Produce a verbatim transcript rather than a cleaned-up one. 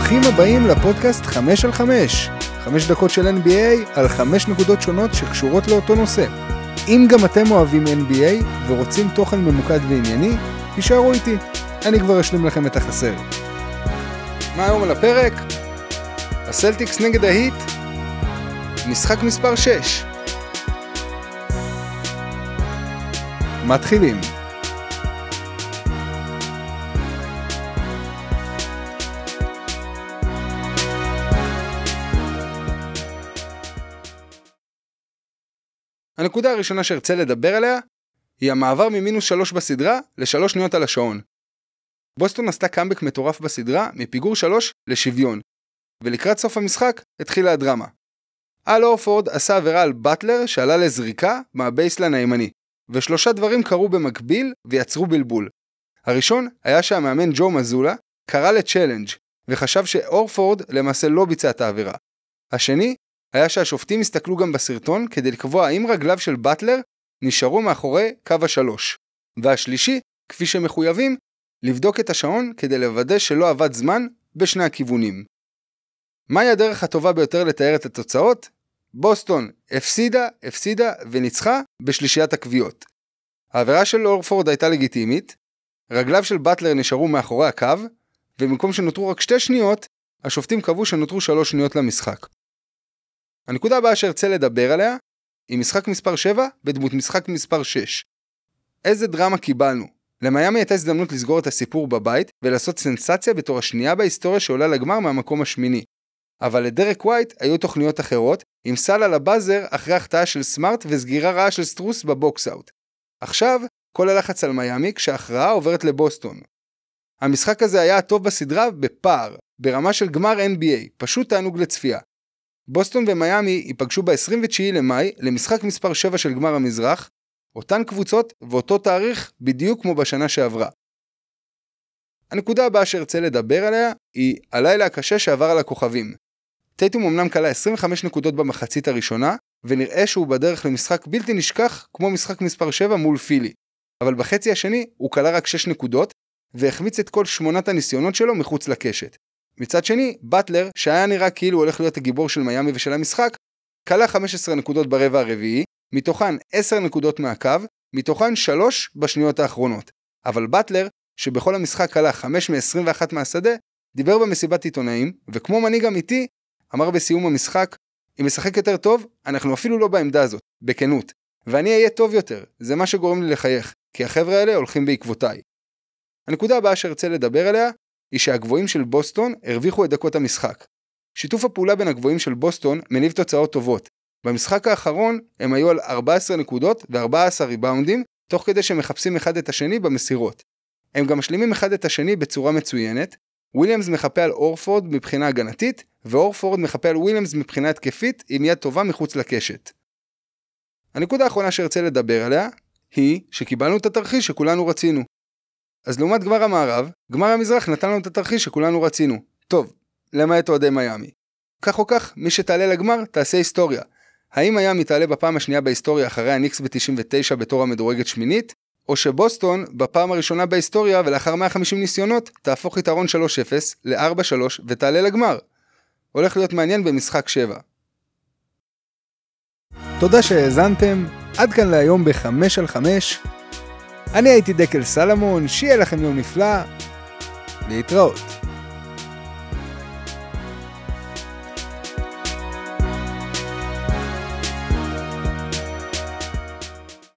ברוכים הבאים לפודקאסט חמש על חמש, חמש דקות של אן בי איי על חמש נקודות שונות שקשורות לאותו נושא. אם גם אתם אוהבים אן בי איי ורוצים תוכן ממוקד וענייני, תישארו איתי, אני כבר אשלים לכם את החסר. מה היום על הפרק? הסלטיקס נגד ההיט, משחק מספר שש. מתחילים. הנקודה הראשונה שארצה לדבר עליה היא המעבר ממינוס שלוש בסדרה לשלוש שניות על השעון. בוסטון עשתה קאמבק מטורף בסדרה מפיגור שלוש לשוויון, ולקראת סוף המשחק התחילה הדרמה. אל אורפורד עשה עבירה על באטלר שעלה לזריקה מהבייסליין הימני, ושלושה דברים קרו במקביל ויצרו בלבול. הראשון היה שהמאמן ג'ו מזולה קרא לצ'לנג' וחשב שאורפורד למעשה לא ביצע את העבירה. השני היה שהשופטים הסתכלו גם בסרטון כדי לקבוע האם רגליו של באטלר נשארו מאחורי קו השלוש. והשלישי, כפי שמחויבים, לבדוק את השעון כדי לוודא שלא עבד זמן בשני הכיוונים. מהי הדרך הטובה ביותר לתאר את התוצאות? בוסטון הפסידה, הפסידה וניצחה בשלישיית הקביעות. העבירה של אורפורד הייתה לגיטימית, רגליו של באטלר נשארו מאחורי הקו, ובמקום שנותרו רק שתי שניות, השופטים קבעו שנותרו שלוש שניות למשחק. הנקודה הבאה שארצה לדבר עליה היא משחק מספר שבע בדמות משחק מספר שש. איזה דרמה קיבלנו. למיאמי הייתה הזדמנות לסגור את הסיפור בבית ולעשות סנסציה בתור השנייה בהיסטוריה שעולה לגמר מהמקום השמיני. אבל לדרק ווייט היו תוכניות אחרות עם סל על הבאזר אחרי החטאה של סמארט וסגירה רעה של סטרוס בבוקס-אוט. עכשיו כל הלחץ על מיאמי כשההכרעה עוברת לבוסטון. המשחק הזה היה הטוב בסדרה בפער, ברמה של גמר אן בי איי, פשוט תענוג לצפייה. בוסטון ומיאמי ייפגשו ב-עשרים ותשעה למאי למשחק מספר שבע של גמר המזרח, אותן קבוצות ואותו תאריך בדיוק כמו בשנה שעברה. הנקודה הבאה שארצה לדבר עליה היא הלילה הקשה שעבר על הכוכבים. טייטום אמנם קלה עשרים וחמש נקודות במחצית הראשונה, ונראה שהוא בדרך למשחק בלתי נשכח כמו משחק מספר שבע מול פילי. אבל בחצי השני הוא קלה רק שש נקודות, והחמיץ את כל שמונת הניסיונות שלו מחוץ לקשת. מצד שני, באטלר, שהיה נראה כאילו הולך להיות הגיבור של מיאמי ושל המשחק, קלה חמש עשרה נקודות ברבע הרביעי, מתוכן עשר נקודות מהקו, מתוכן שלוש בשניות האחרונות. אבל באטלר, שבכל המשחק קלה חמש מ-עשרים ואחת מהשדה, דיבר במסיבת עיתונאים, וכמו מנהיג אמיתי, אמר בסיום המשחק, אם משחק יותר טוב, אנחנו אפילו לא בעמדה הזאת, בכנות, ואני אהיה טוב יותר, זה מה שגורם לי לחייך, כי החבר'ה האלה הולכים בעקבותיי. הנקודה הבאה שארצה לדבר עליה, היא שהגבוהים של בוסטון הרוויחו את דקות המשחק. שיתוף הפעולה בין הגבוהים של בוסטון מניב תוצאות טובות. במשחק האחרון הם היו על ארבע עשרה נקודות ו-ארבעה עשר ריבאונדים, תוך כדי שמחפשים אחד את השני במסירות. הם גם משלימים אחד את השני בצורה מצוינת. וויליאמס מחפה על אורפורד מבחינה הגנתית, ואורפורד מחפה על וויליאמס מבחינה התקפית עם יד טובה מחוץ לקשת. הנקודה האחרונה שארצה לדבר עליה היא שקיבלנו את התרחיש שכולנו רצינו. אז לעומת גמר המערב, גמר המזרח נתן לנו את התרחיש שכולנו רצינו. טוב, למעט אוהדי מיאמי. כך או כך, מי שתעלה לגמר תעשה היסטוריה. האם מיאמי תעלה בפעם השנייה בהיסטוריה אחרי הניקס ב-תשעים ותשע בתור המדורגת שמינית, או שבוסטון בפעם הראשונה בהיסטוריה ולאחר מאה וחמישים ניסיונות תהפוך יתרון שלוש אפס ל-ארבע שלוש ותעלה לגמר. הולך להיות מעניין במשחק שבע. תודה שהאזנתם, עד כאן להיום ב-חמש על חמש. אני הייתי דקל סלמון, שיהיה לכם יום נפלא, להתראות.